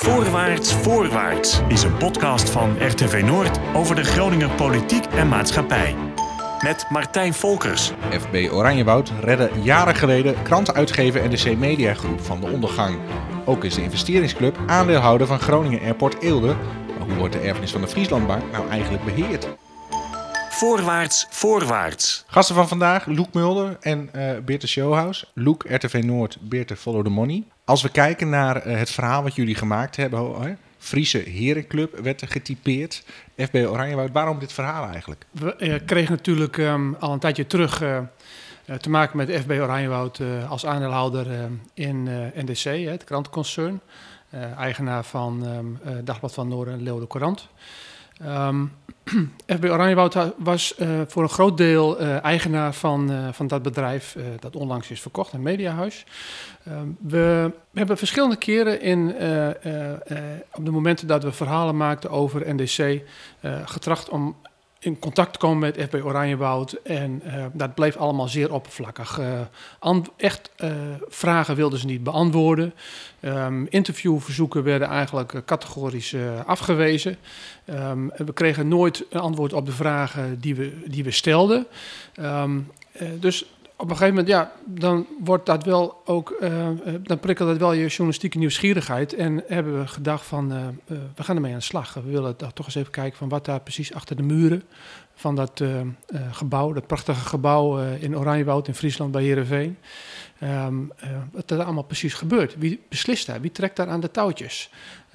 Voorwaarts, voorwaarts is een podcast van RTV Noord over de Groninger politiek en maatschappij. Met Martijn Volkers. FB Oranjewoud redde jaren geleden krantenuitgever NDC Media Groep van de ondergang. Ook is de investeringsclub aandeelhouder van Groningen Airport Eelde. Maar hoe wordt de erfenis van de Frieslandbank nou eigenlijk beheerd? Voorwaarts, voorwaarts. Gasten van vandaag, Loek Mulder en Beerte Showhouse. Loek, RTV Noord, Beerte Follow the Money. Als we kijken naar het verhaal wat jullie gemaakt hebben, Friese Herenclub werd getypeerd. FB Oranjewoud, waarom dit verhaal eigenlijk? We kregen natuurlijk al een tijdje terug te maken met FB Oranjewoud als aandeelhouder in NDC, het krantenconcern. Eigenaar van Dagblad van Noorden en Leeuwarden Courant. FB Oranjewoud was voor een groot deel eigenaar van dat bedrijf dat onlangs is verkocht, een mediahuis. We hebben verschillende keren op de momenten dat we verhalen maakten over NDC getracht om in contact te komen met FB Oranjewoud en dat bleef allemaal zeer oppervlakkig. Vragen wilden ze niet beantwoorden. Interviewverzoeken werden eigenlijk categorisch afgewezen. We kregen nooit een antwoord op de vragen die we stelden. Dus op een gegeven moment, dan wordt dat wel ook, dan prikkelt dat wel je journalistieke nieuwsgierigheid. En hebben we gedacht van, we gaan ermee aan de slag. We willen toch eens even kijken van wat daar precies achter de muren van dat gebouw, dat prachtige gebouw in Oranjewoud in Friesland bij Heerenveen. Wat er allemaal precies gebeurt. Wie beslist daar? Wie trekt daar aan de touwtjes?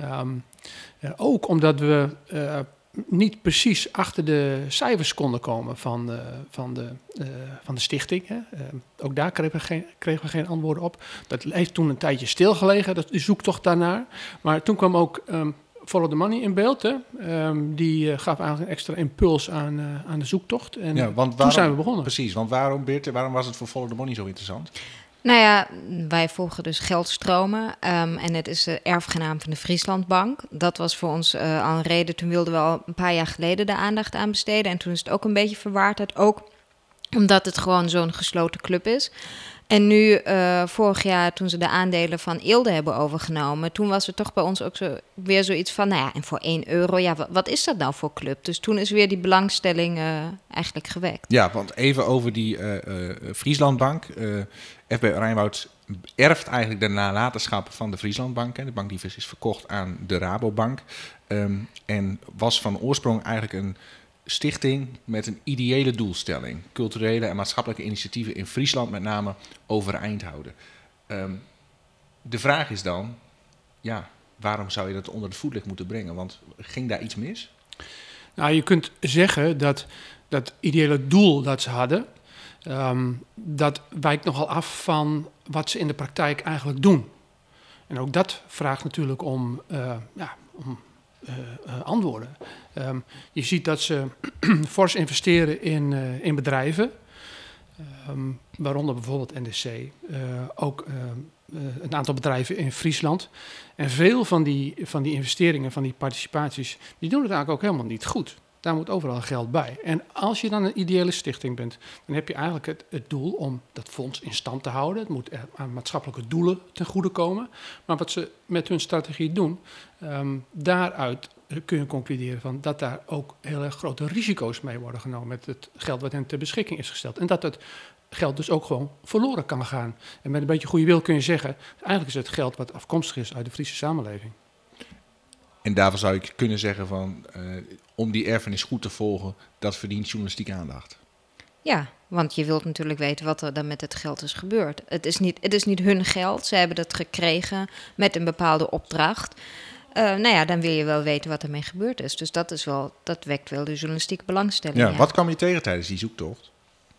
Ook omdat we niet precies achter de cijfers konden komen van de stichting. Hè. Ook daar kregen we geen antwoorden op. Dat heeft toen een tijdje stilgelegen, de zoektocht daarnaar. Maar toen kwam ook Follow the Money in beeld. Hè. Die gaf eigenlijk een extra impuls aan de zoektocht. En toen zijn we begonnen. Precies, want waarom was het voor Follow the Money zo interessant? Nou ja, wij volgen dus geldstromen en het is de erfgenaam van de Frieslandbank. Dat was voor ons al een reden. Toen wilden we al een paar jaar geleden de aandacht aan besteden. En toen is het ook een beetje verwaardheid. Ook omdat het gewoon zo'n gesloten club is. En nu, vorig jaar, toen ze de aandelen van Eelde hebben overgenomen, toen was er toch bij ons ook weer zoiets van, en voor €1, wat is dat nou voor club? Dus toen is weer die belangstelling eigenlijk gewekt. Ja, want even over die Frieslandbank. FB Oranjewoud erft eigenlijk de nalatenschap van de Frieslandbank. De bank die is verkocht aan de Rabobank. En was van oorsprong eigenlijk een stichting met een ideële doelstelling. Culturele en maatschappelijke initiatieven in Friesland met name overeind houden. De vraag is dan, waarom zou je dat onder het voetlicht moeten brengen? Want ging daar iets mis? Nou, je kunt zeggen dat ideële doel dat ze hadden, dat wijkt nogal af van wat ze in de praktijk eigenlijk doen. En ook dat vraagt natuurlijk om antwoorden. Je ziet dat ze fors investeren in bedrijven, waaronder bijvoorbeeld NDC, ook een aantal bedrijven in Friesland. En veel van die investeringen, van die participaties, die doen het eigenlijk ook helemaal niet goed. Daar moet overal geld bij. En als je dan een ideële stichting bent, dan heb je eigenlijk het doel om dat fonds in stand te houden. Het moet aan maatschappelijke doelen ten goede komen. Maar wat ze met hun strategie doen, daaruit kun je concluderen van dat daar ook heel erg grote risico's mee worden genomen met het geld wat hen ter beschikking is gesteld. En dat het geld dus ook gewoon verloren kan gaan. En met een beetje goede wil kun je zeggen, eigenlijk is het geld wat afkomstig is uit de Friese samenleving. En daarvan zou ik kunnen zeggen van, om die erfenis goed te volgen, dat verdient journalistieke aandacht. Ja, want je wilt natuurlijk weten wat er dan met het geld is gebeurd. Het is niet hun geld, ze hebben dat gekregen met een bepaalde opdracht. Dan wil je wel weten wat ermee gebeurd is. Dus dat wekt wel de journalistieke belangstelling. Ja, wat kwam je tegen tijdens die zoektocht?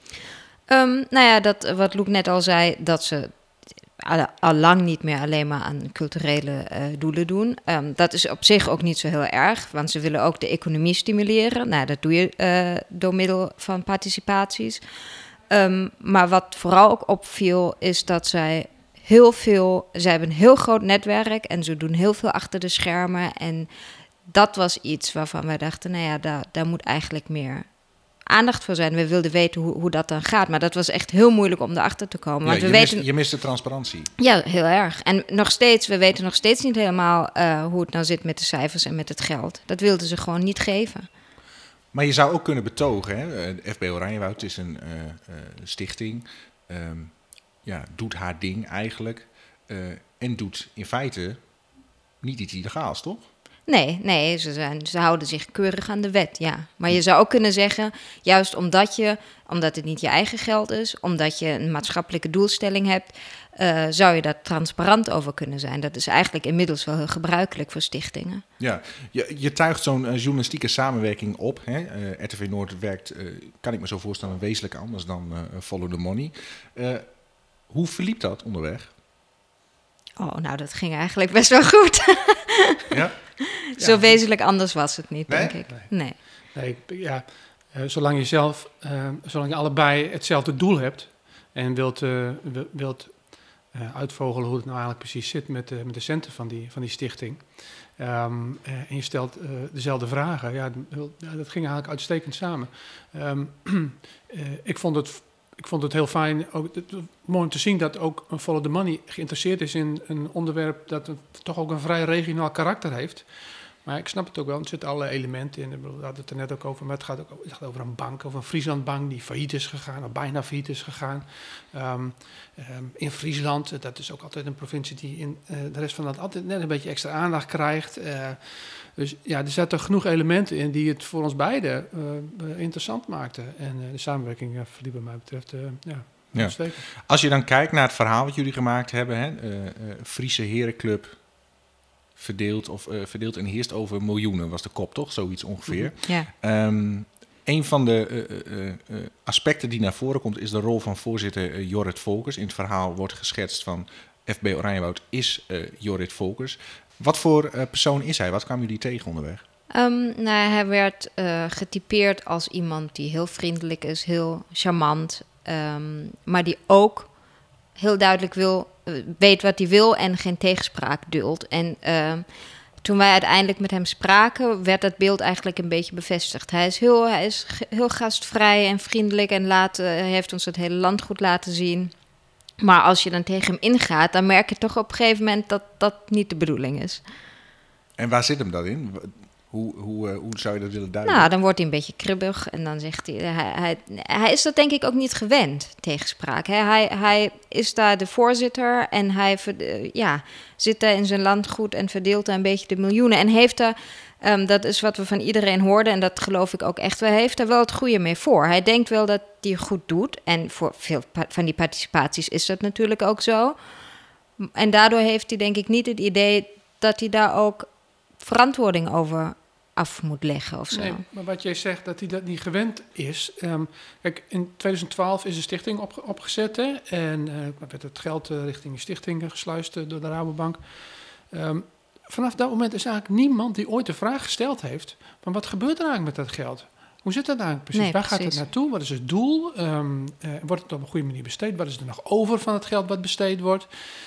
Dat wat Loek net al zei, dat ze al lang niet meer alleen maar aan culturele doelen doen. Dat is op zich ook niet zo heel erg, want ze willen ook de economie stimuleren. Nou, dat doe je door middel van participaties. Maar wat vooral ook opviel, is dat zij hebben een heel groot netwerk en ze doen heel veel achter de schermen. En dat was iets waarvan wij dachten, daar moet eigenlijk meer aandacht voor zijn. We wilden weten hoe dat dan gaat. Maar dat was echt heel moeilijk om erachter te komen. Want je mist de transparantie. Ja, heel erg. En we weten nog steeds niet helemaal hoe het nou zit met de cijfers en met het geld. Dat wilden ze gewoon niet geven. Maar je zou ook kunnen betogen, hè? De FB Oranjewoud is een stichting, doet haar ding eigenlijk en doet in feite niet iets illegaals, toch? Nee, ze houden zich keurig aan de wet, ja. Maar je zou ook kunnen zeggen, juist omdat het niet je eigen geld is, omdat je een maatschappelijke doelstelling hebt, zou je daar transparant over kunnen zijn. Dat is eigenlijk inmiddels wel heel gebruikelijk voor stichtingen. Ja, je tuigt zo'n journalistieke samenwerking op. Hè? RTV Noord werkt, kan ik me zo voorstellen, wezenlijk anders dan Follow the Money. Hoe verliep dat onderweg? Oh, nou, dat ging eigenlijk best wel goed. Ja? Zo wezenlijk anders was het niet, denk ik. Nee. Zolang je allebei hetzelfde doel hebt en wilt uitvogelen hoe het nou eigenlijk precies zit met de centen van die stichting. En je stelt dezelfde vragen. Dat ging eigenlijk uitstekend samen. Ik vond het heel fijn, mooi om te zien dat ook Follow the Money geïnteresseerd is in een onderwerp dat toch ook een vrij regionaal karakter heeft. Maar ik snap het ook wel, er zitten allerlei elementen in. We hadden het er net ook over, maar het gaat over een bank, over een Frieslandbank die failliet is gegaan, of bijna failliet is gegaan. In Friesland, dat is ook altijd een provincie die in de rest van het land altijd net een beetje extra aandacht krijgt. Dus ja, er zaten genoeg elementen in die het voor ons beiden interessant maakten. En de samenwerking verliep wat mij betreft uitstekend. Als je dan kijkt naar het verhaal wat jullie gemaakt hebben, Friese Herenclub verdeeld en heerst over miljoenen, was de kop toch? Zoiets ongeveer. Ja. Een van de aspecten die naar voren komt is de rol van voorzitter Jorrit Volkers. In het verhaal wordt geschetst van FB Oranjewoud is Jorrit Volkers. Wat voor persoon is hij? Wat kwamen jullie tegen onderweg? Hij werd getypeerd als iemand die heel vriendelijk is, heel charmant, maar die ook heel duidelijk weet wat hij wil en geen tegenspraak duldt. En toen wij uiteindelijk met hem spraken, werd dat beeld eigenlijk een beetje bevestigd. Hij is heel gastvrij en vriendelijk en hij heeft ons het hele landgoed laten zien. Maar als je dan tegen hem ingaat, dan merk je toch op een gegeven moment dat dat niet de bedoeling is. En waar zit hem dat in? Hoe zou je dat willen duiden? Nou, dan wordt hij een beetje kribbig en dan zegt hij is dat denk ik ook niet gewend, tegenspraak. Hij is daar de voorzitter en hij zit daar in zijn landgoed en verdeelt daar een beetje de miljoenen. En heeft daar, dat is wat we van iedereen hoorden en dat geloof ik ook echt wel, heeft daar wel het goede mee voor. Hij denkt wel dat hij goed doet en voor veel van die participaties is dat natuurlijk ook zo. En daardoor heeft hij denk ik niet het idee dat hij daar ook verantwoording over af moet leggen of zo. Nee, maar wat jij zegt, dat hij dat niet gewend is. Kijk, in 2012 is een stichting opgezet. Hè, en werd het geld richting de stichting gesluist door de Rabobank. Vanaf dat moment is eigenlijk niemand die ooit de vraag gesteld heeft van wat gebeurt er eigenlijk met dat geld? Hoe zit dat eigenlijk precies? Nee, waar gaat het naartoe? Wat is het doel? Wordt het op een goede manier besteed? Wat is er nog over van het geld wat besteed wordt?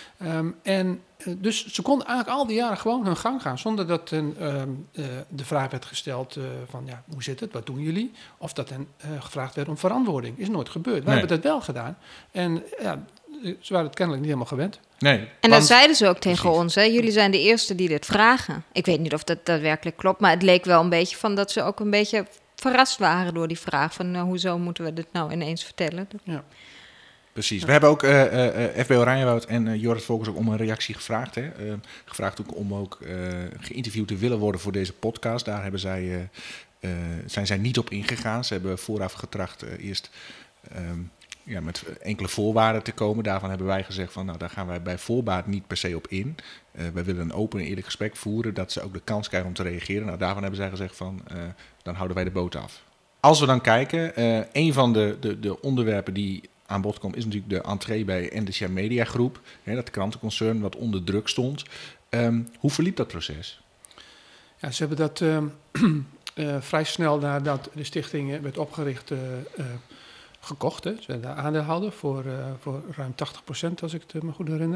Dus ze konden eigenlijk al die jaren gewoon hun gang gaan, zonder dat de vraag werd gesteld van hoe zit het, wat doen jullie? Of dat hen gevraagd werd om verantwoording. Is nooit gebeurd. We hebben dat wel gedaan. En ze waren het kennelijk niet helemaal gewend. Nee, en dat zeiden ze ook tegen ons. Hè? Jullie zijn de eerste die dit vragen. Ik weet niet of dat daadwerkelijk klopt, maar het leek wel een beetje van dat ze ook een beetje verrast waren door die vraag van hoezo moeten we dit nou ineens vertellen? Ja. Precies. We hebben ook FB Oranjewoud en Jorrit Volkers ook om een reactie gevraagd. Hè? Gevraagd ook om ook geïnterviewd te willen worden voor deze podcast. Daar hebben zijn zij niet op ingegaan. Ze hebben vooraf getracht eerst met enkele voorwaarden te komen. Daarvan hebben wij gezegd van daar gaan wij bij voorbaat niet per se op in. Wij willen een open en eerlijk gesprek voeren, dat ze ook de kans krijgen om te reageren. Nou, daarvan hebben zij gezegd van dan houden wij de boot af. Als we dan kijken, een van de onderwerpen die aan bod komt is natuurlijk de entree bij NDC Media Groep, dat krantenconcern wat onder druk stond. Hoe verliep dat proces? Ja, ze hebben dat vrij snel nadat de stichting werd opgericht gekocht. Hè. Ze werden aandeelhouder voor ruim 80%, als ik het me goed herinner.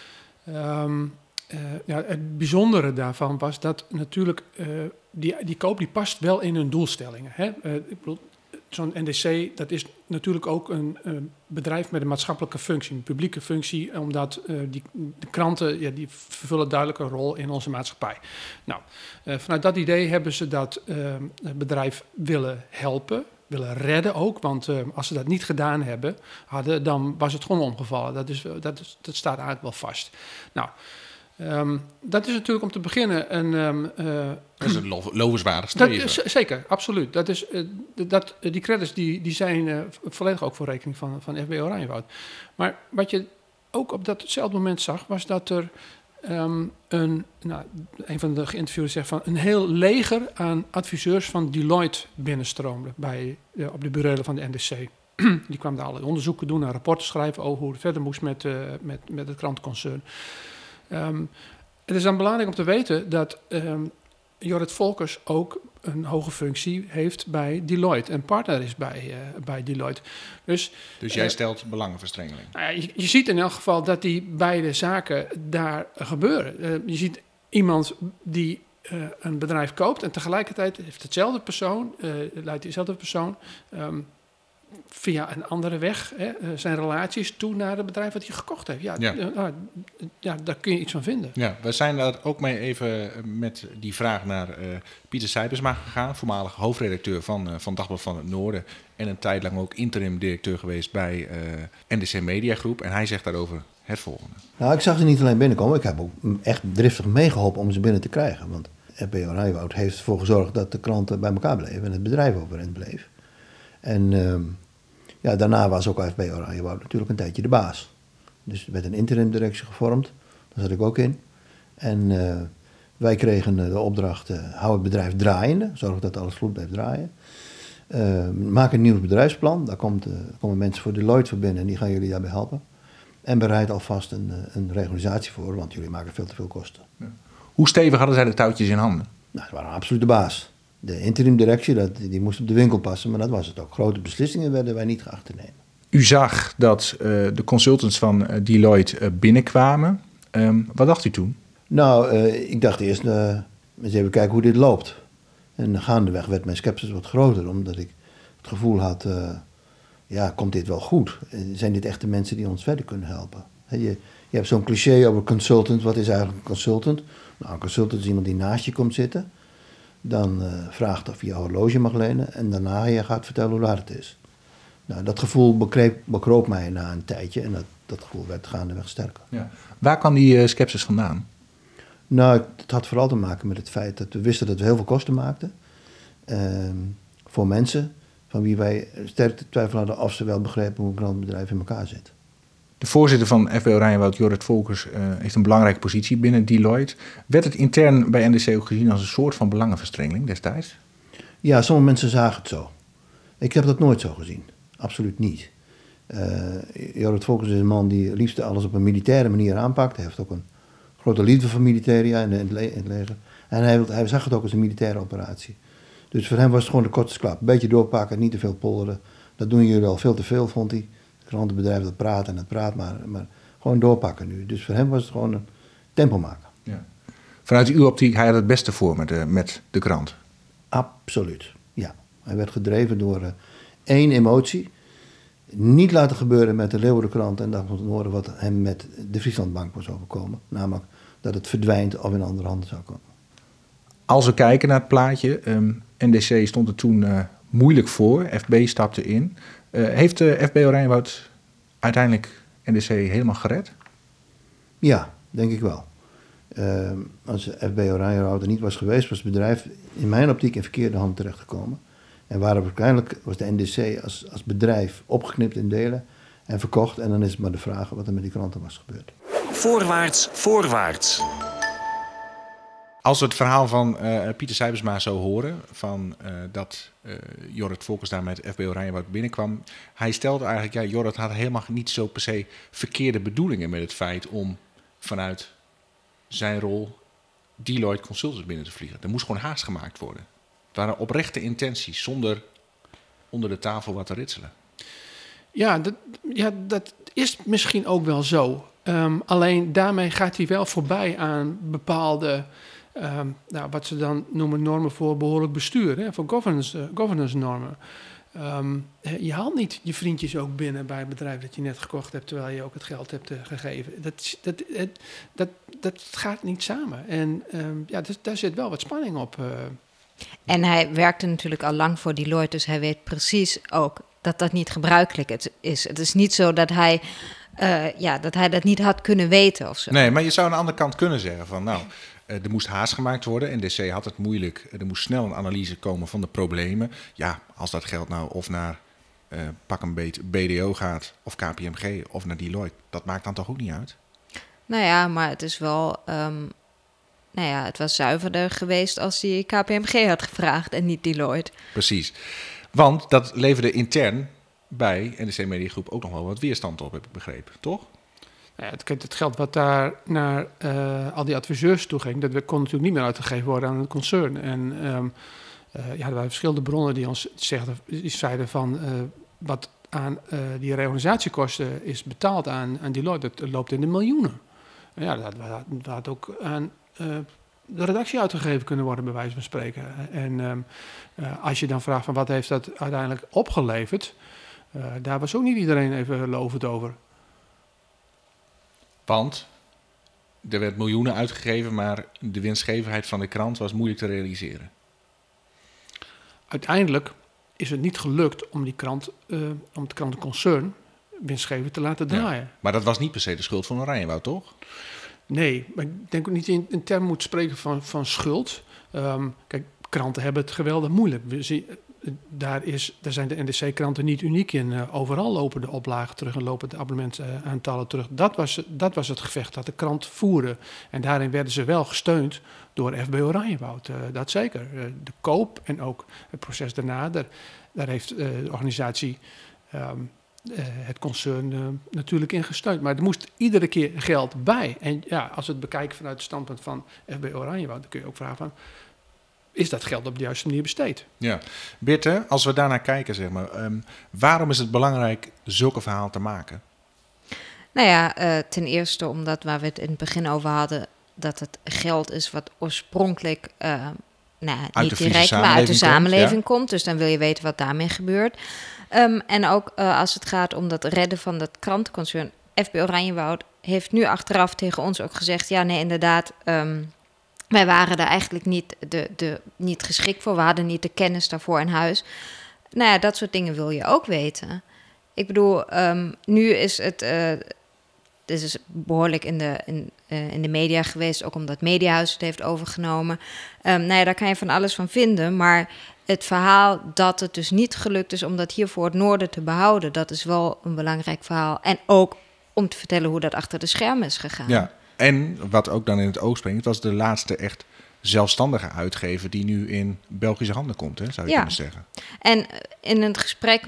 Het bijzondere daarvan was dat natuurlijk die koop die past wel in hun doelstellingen. Hè. Ik bedoel, zo'n NDC, dat is natuurlijk ook een bedrijf met een maatschappelijke functie, een publieke functie, omdat de kranten die vervullen duidelijk een rol in onze maatschappij. Nou, vanuit dat idee hebben ze dat bedrijf willen helpen, willen redden ook, want als ze dat niet gedaan hadden, dan was het gewoon omgevallen. Dat staat eigenlijk wel vast. Nou, dat is natuurlijk om te beginnen dat is een lovenswaardig streven. Zeker, absoluut. Die credits die zijn volledig ook voor rekening van FB Oranjewoud. Maar wat je ook op datzelfde moment zag, was dat er een van de geïnterviewden zegt van een heel leger aan adviseurs van Deloitte binnenstroomde op de bureaus van de NDC. Die kwamen daar allerlei onderzoeken doen en rapporten schrijven over hoe het verder moest met het krantenconcern. Het is dan belangrijk om te weten dat Jorrit Volkers ook een hoge functie heeft bij Deloitte en partner is bij Deloitte. Dus jij stelt belangenverstrengeling? Je ziet in elk geval dat die beide zaken daar gebeuren. Je ziet iemand die een bedrijf koopt en tegelijkertijd heeft leidt diezelfde persoon via een andere weg zijn relaties toe naar het bedrijf wat hij gekocht heeft. Daar kun je iets van vinden. Ja, we zijn daar ook mee even met die vraag naar Pieter Sijbesma gegaan, voormalig hoofdredacteur van Dagblad van het Noorden en een tijd lang ook interim directeur geweest bij NDC Media Groep. En hij zegt daarover het volgende. Nou, ik zag ze niet alleen binnenkomen, ik heb ook echt driftig meegeholpen om ze binnen te krijgen. Want FB Oranjewoud heeft ervoor gezorgd dat de kranten bij elkaar bleven en het bedrijf overeind bleef. En daarna was ook FB Oranjewoud natuurlijk een tijdje de baas. Dus er werd een interim directie gevormd, daar zat ik ook in. En wij kregen de opdracht, hou het bedrijf draaiende, zorg dat alles goed blijft draaien. Maak een nieuw bedrijfsplan, daar komen mensen voor Deloitte voor binnen en die gaan jullie daarbij helpen. En bereid alvast een regularisatie voor, want jullie maken veel te veel kosten. Ja. Hoe stevig hadden zij de touwtjes in handen? Nou, ze waren absoluut de baas. De interim directie, die moest op de winkel passen, maar dat was het ook. Grote beslissingen werden wij niet geacht te nemen. U zag dat de consultants van Deloitte binnenkwamen. Wat dacht u toen? Nou, ik dacht eerst, eens even kijken hoe dit loopt. En gaandeweg werd mijn scepsis wat groter, omdat ik het gevoel had, komt dit wel goed? Zijn dit echt de mensen die ons verder kunnen helpen? Je hebt zo'n cliché over consultant. Wat is eigenlijk een consultant? Nou, een consultant is iemand die naast je komt zitten. Dan vraagt of je je horloge mag lenen. En daarna je gaat vertellen hoe laat het is. Nou, dat gevoel bekroop mij na een tijdje. En dat gevoel werd gaandeweg sterker. Ja. Waar kwam die scepsis vandaan? Nou, het had vooral te maken met het feit dat we wisten dat we heel veel kosten maakten. Voor mensen van wie wij sterk te twijfel hadden of ze wel begrepen hoe een krantenbedrijf in elkaar zit. De voorzitter van FB Oranjewoud, Jorrit Volkers, heeft een belangrijke positie binnen Deloitte. Werd het intern bij NDC ook gezien als een soort van belangenverstrengeling destijds? Ja, sommige mensen zagen het zo. Ik heb dat nooit zo gezien. Absoluut niet. Jorrit Volkers is een man die liefst alles op een militaire manier aanpakt. Hij heeft ook een grote liefde voor militaria in het leger. En hij zag het ook als een militaire operatie. Dus voor hem was het gewoon de kortste klap. Een beetje doorpakken, niet te veel polderen. Dat doen jullie al veel te veel, vond hij. Het krantenbedrijf dat praat en het praat, maar gewoon doorpakken nu. Dus voor hem was het gewoon een tempo maken. Ja. Vanuit uw optiek, hij had het beste voor met de krant? Absoluut, ja. Hij werd gedreven door één emotie. Niet laten gebeuren met de Leeuwardenkrant en Dagblad van het Noorden wat hem met de Frieslandbank was overkomen. Namelijk dat het verdwijnt of in andere handen zou komen. Als we kijken naar het plaatje, NDC stond er toen moeilijk voor. FB stapte in. Heeft FB Oranjewoud uiteindelijk NDC helemaal gered? Ja, denk ik wel. Als FB Oranjewoud er niet was geweest, was het bedrijf in mijn optiek in verkeerde handen terechtgekomen. En waarschijnlijk was de NDC als bedrijf opgeknipt in delen en verkocht. En dan is het maar de vraag wat er met die kranten was gebeurd. Voorwaarts. Als we het verhaal van Pieter Sijbesma zo horen, van dat Jorrit Volkers daar met FB Oranjewoud binnenkwam. Hij stelde eigenlijk, Jorrit had helemaal niet zo per se verkeerde bedoelingen met het feit om vanuit zijn rol Deloitte Consultants binnen te vliegen. Er moest gewoon haast gemaakt worden. Het waren oprechte intenties, zonder onder de tafel wat te ritselen. Dat is misschien ook wel zo. Alleen daarmee gaat hij wel voorbij aan bepaalde, wat ze dan noemen normen voor behoorlijk bestuur, voor governance normen. Je haalt niet je vriendjes ook binnen bij het bedrijf dat je net gekocht hebt, terwijl je ook het geld hebt gegeven. Dat gaat niet samen. En daar zit wel wat spanning op. En hij werkte natuurlijk al lang voor Deloitte, dus hij weet precies ook dat dat niet gebruikelijk is. Het is niet zo dat hij dat niet had kunnen weten of zo. Nee, maar je zou aan de andere kant kunnen zeggen van er moest haast gemaakt worden. NDC had het moeilijk. Er moest snel een analyse komen van de problemen. Ja, als dat geld nou of naar pak een beet BDO gaat, of KPMG, of naar Deloitte, dat maakt dan toch ook niet uit? Nou ja, maar het is wel... het was zuiverder geweest als hij KPMG had gevraagd en niet Deloitte. Precies. Want dat leverde intern bij NDC Media Groep ook nog wel wat weerstand op, heb ik begrepen, toch? Het geld wat daar naar al die adviseurs toe ging, dat kon natuurlijk niet meer uitgegeven worden aan het concern. En er waren verschillende bronnen die ons zeiden van wat aan die reorganisatiekosten is betaald aan Deloitte, dat loopt in de miljoenen. Ja, dat had ook aan de redactie uitgegeven kunnen worden, bij wijze van spreken. En als je dan vraagt van wat heeft dat uiteindelijk opgeleverd, daar was ook niet iedereen even lovend over. Want er werd miljoenen uitgegeven, maar de winstgevendheid van de krant was moeilijk te realiseren. Uiteindelijk is het niet gelukt om die krant, om het krantenconcern winstgevend te laten draaien. Ja, maar dat was niet per se de schuld van Oranjewoud, toch? Nee, maar ik denk ook niet in termen moet spreken van schuld. Kijk, kranten hebben het geweldig moeilijk. Daar zijn de NDC-kranten niet uniek in. Overal lopen de oplagen terug en lopen de abonnementaantallen terug. Dat was het gevecht dat de krant voerde. En daarin werden ze wel gesteund door FB Oranjewoud. Dat zeker. De koop en ook het proces daarna. Daar heeft de organisatie het concern natuurlijk in gesteund. Maar er moest iedere keer geld bij. En ja, als we het bekijken vanuit het standpunt van FB Oranjewoud, dan kun je ook vragen van, is dat geld op de juiste manier besteed? Ja. Birte, als we daarnaar kijken, zeg maar, waarom is het belangrijk zulke verhaal te maken? Nou ja, ten eerste omdat waar we het in het begin over hadden, dat het geld is wat oorspronkelijk niet direct, maar uit de samenleving komt. Dus dan wil je weten wat daarmee gebeurt. En ook als het gaat om dat redden van dat krantenconcern. FB Oranjewoud heeft nu achteraf tegen ons ook gezegd, ja nee, inderdaad, wij waren daar eigenlijk niet geschikt voor. We hadden niet de kennis daarvoor in huis. Nou ja, dat soort dingen wil je ook weten. Ik bedoel, nu is het... Dit is behoorlijk in de media geweest, ook omdat Mediahuis het heeft overgenomen. Daar kan je van alles van vinden, maar het verhaal dat het dus niet gelukt is om dat hier voor het noorden te behouden, dat is wel een belangrijk verhaal. En ook om te vertellen hoe dat achter de schermen is gegaan. Ja, en wat ook dan in het oog springt, was de laatste echt zelfstandige uitgever die nu in Belgische handen komt, hè, zou je kunnen zeggen. En in een gesprek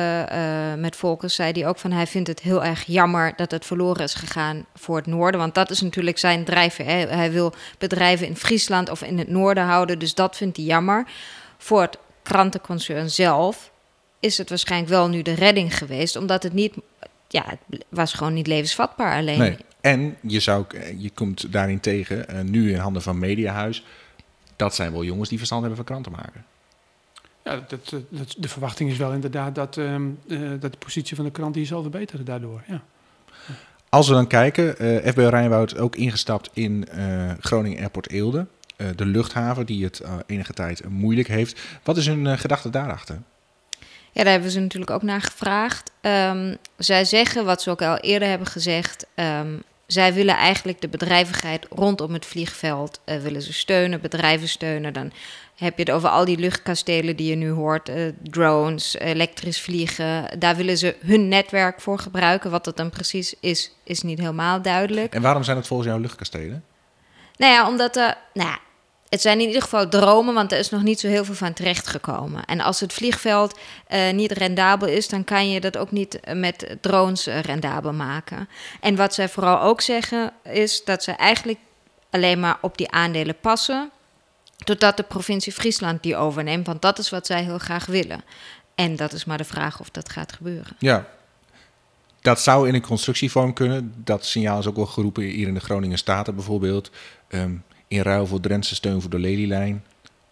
met Volkers zei hij ook van, hij vindt het heel erg jammer dat het verloren is gegaan voor het noorden, want dat is natuurlijk zijn drijfveer. Hij wil bedrijven in Friesland of in het noorden houden, dus dat vindt hij jammer. Voor het krantenconcern zelf is het waarschijnlijk wel nu de redding geweest, omdat het niet, het was gewoon niet levensvatbaar alleen. Nee. En je komt daarin tegen, nu in handen van Mediahuis, dat zijn wel jongens die verstand hebben van kranten maken. Ja, de verwachting is wel inderdaad dat de positie van de krant die zal verbeteren daardoor. Ja. Als we dan kijken, FB Oranjewoud ook ingestapt in Groningen Airport Eelde, de luchthaven die het enige tijd moeilijk heeft. Wat is hun gedachte daarachter? Ja, daar hebben ze natuurlijk ook naar gevraagd. Zij zeggen, wat ze ook al eerder hebben gezegd, zij willen eigenlijk de bedrijvigheid rondom het vliegveld willen ze steunen, bedrijven steunen. Dan heb je het over al die luchtkastelen die je nu hoort, drones, elektrisch vliegen. Daar willen ze hun netwerk voor gebruiken. Wat dat dan precies is niet helemaal duidelijk. En waarom zijn het volgens jou luchtkastelen? Nou ja, omdat het zijn in ieder geval dromen, want er is nog niet zo heel veel van terechtgekomen. En als het vliegveld niet rendabel is, dan kan je dat ook niet met drones rendabel maken. En wat zij vooral ook zeggen, is dat ze eigenlijk alleen maar op die aandelen passen, totdat de provincie Friesland die overneemt, want dat is wat zij heel graag willen. En dat is maar de vraag of dat gaat gebeuren. Ja, dat zou in een constructievorm kunnen. Dat signaal is ook wel geroepen hier in de Groningen Staten bijvoorbeeld. In ruil voor Drentse steun voor de Lelylijn.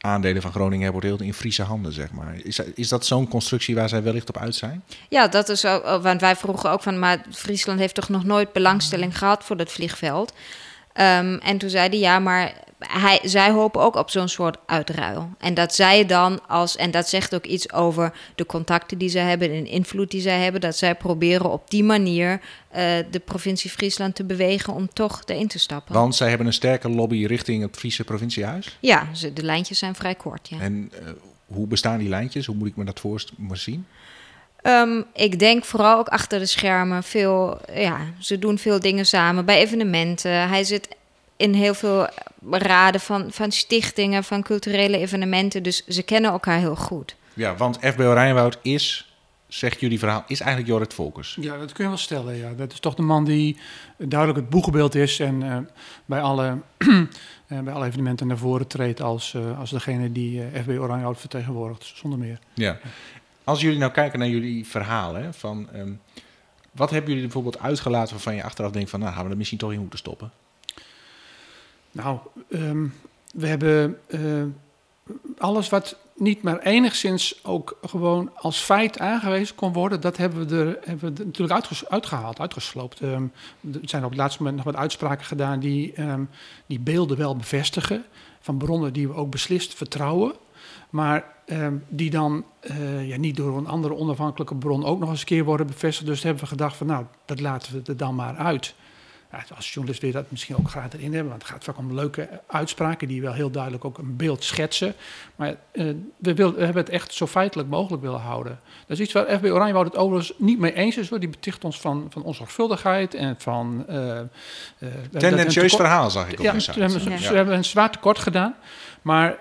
aandelen van Groningen hebben in Friese handen, zeg maar. Is dat zo'n constructie waar zij wellicht op uit zijn? Ja, dat is ook, want wij vroegen ook van, maar Friesland heeft toch nog nooit belangstelling gehad voor dat vliegveld? En toen zei hij, ja, maar zij hopen ook op zo'n soort uitruil. En dat zij dan en dat zegt ook iets over de contacten die zij hebben en de invloed die zij hebben, dat zij proberen op die manier de provincie Friesland te bewegen om toch erin te stappen. Want zij hebben een sterke lobby richting het Friese provinciehuis? Ja, de lijntjes zijn vrij kort, ja. En hoe bestaan die lijntjes? Hoe moet ik me dat zien? Ik denk vooral ook achter de schermen ze doen veel dingen samen bij evenementen. Hij zit in heel veel raden van stichtingen, van culturele evenementen. Dus ze kennen elkaar heel goed. Ja, want FBO Rijnwoud zegt jullie verhaal, is eigenlijk Jorrit Volkers. Ja, dat kun je wel stellen, ja. Dat is toch de man die duidelijk het boegbeeld is en bij alle evenementen naar voren treedt als degene die FBO Rijnwoud vertegenwoordigt, zonder meer. Ja. Als jullie nou kijken naar jullie verhalen, wat hebben jullie bijvoorbeeld uitgelaten waarvan je achteraf denkt van, nou, gaan we er misschien toch in moeten stoppen? Nou, we hebben alles wat niet maar enigszins ook gewoon als feit aangewezen kon worden, dat hebben we er natuurlijk uitgehaald, uitgesloopt. Er zijn op het laatste moment nog wat uitspraken gedaan die beelden wel bevestigen, van bronnen die we ook beslist vertrouwen, maar die dan niet door een andere onafhankelijke bron ook nog eens een keer worden bevestigd. Dus hebben we gedacht van, nou, dat laten we er dan maar uit. Ja, als journalist wil je dat misschien ook graag erin hebben, want het gaat vaak om leuke uitspraken die wel heel duidelijk ook een beeld schetsen. Maar we hebben het echt zo feitelijk mogelijk willen houden. Dat is iets waar FBO Rijnwoud het overigens niet mee eens is, hoor. Die beticht ons van onzorgvuldigheid en van... tendentieus verhaal, zag ik op de site. Ze hebben een zwaar tekort gedaan. Maar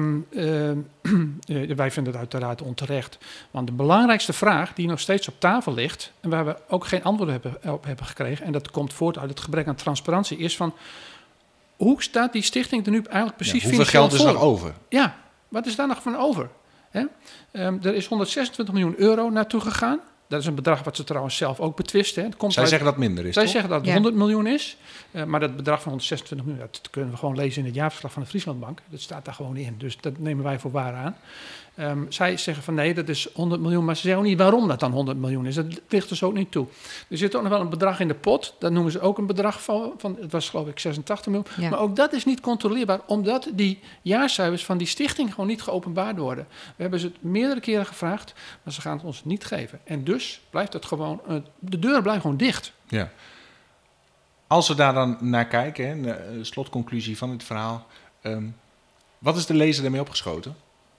wij vinden het uiteraard onterecht. Want de belangrijkste vraag die nog steeds op tafel ligt, en waar we ook geen antwoord op hebben gekregen, en dat komt voort uit het gebrek aan transparantie, is van, hoe staat die stichting er nu eigenlijk precies hoeveel geld is er nog over? Ja, wat is daar nog van over? Er is 126 miljoen euro naartoe gegaan. Dat is een bedrag wat ze trouwens zelf ook betwisten. Zij zeggen dat het minder is, Zij toch? zeggen dat het 100 miljoen is. Maar dat bedrag van 126 miljoen, dat kunnen we gewoon lezen in het jaarverslag van de Frieslandbank. Dat staat daar gewoon in. Dus dat nemen wij voor waar aan. Zij zeggen van nee, dat is 100 miljoen. Maar ze zeggen ook niet waarom dat dan 100 miljoen is. Dat ligt dus ook niet toe. Er zit ook nog wel een bedrag in de pot. Dat noemen ze ook een bedrag van het was geloof ik 86 miljoen. Ja. Maar ook dat is niet controleerbaar. Omdat die jaarcijfers van die stichting gewoon niet geopenbaard worden. We hebben ze het meerdere keren gevraagd. Maar ze gaan het ons niet geven. En dus blijft het gewoon, de deur blijft gewoon dicht. Ja. Als we daar dan naar kijken, de slotconclusie van het verhaal. Wat is de lezer ermee opgeschoten?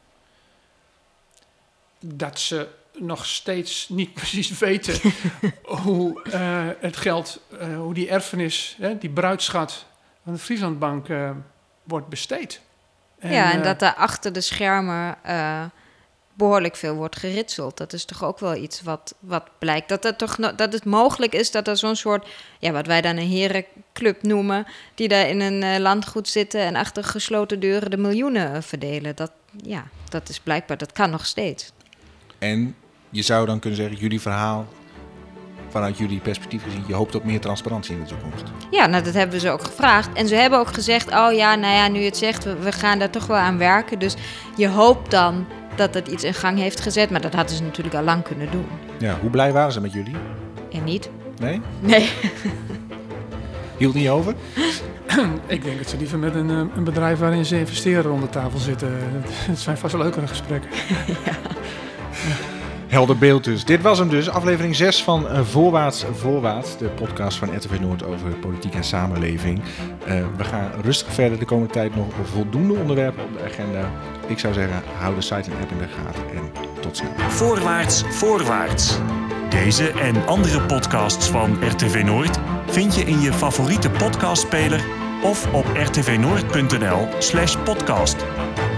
Dat ze nog steeds niet precies weten hoe het geld, hoe die erfenis, die bruidschat van de Frieslandbank wordt besteed. En dat daar achter de schermen behoorlijk veel wordt geritseld. Dat is toch ook wel iets wat blijkt. Dat het mogelijk is dat er zo'n soort, wat wij dan een herenclub noemen, die daar in een landgoed zitten en achter gesloten deuren de miljoenen verdelen. Dat is blijkbaar, dat kan nog steeds. En je zou dan kunnen zeggen, jullie verhaal, vanuit jullie perspectief gezien, je hoopt op meer transparantie in de toekomst. Ja, dat hebben we ze ook gevraagd. En ze hebben ook gezegd, nu je het zegt, we gaan daar toch wel aan werken. Dus je hoopt dan dat het iets in gang heeft gezet. Maar dat hadden ze natuurlijk al lang kunnen doen. Ja, hoe blij waren ze met jullie? En niet. Nee? Nee. Hield niet over? Ik denk dat ze liever met een bedrijf waarin ze investeren rond de tafel zitten. Het zijn vast leukere gesprekken. Ja. Helder beeld dus. Dit was hem dus, aflevering 6 van Voorwaarts, de podcast van RTV Noord over politiek en samenleving. We gaan rustig verder, de komende tijd nog voldoende onderwerpen op de agenda. Ik zou zeggen, hou de site en app in de gaten en tot snel. Voorwaarts. Deze en andere podcasts van RTV Noord vind je in je favoriete podcastspeler of op rtvnoord.nl/podcast.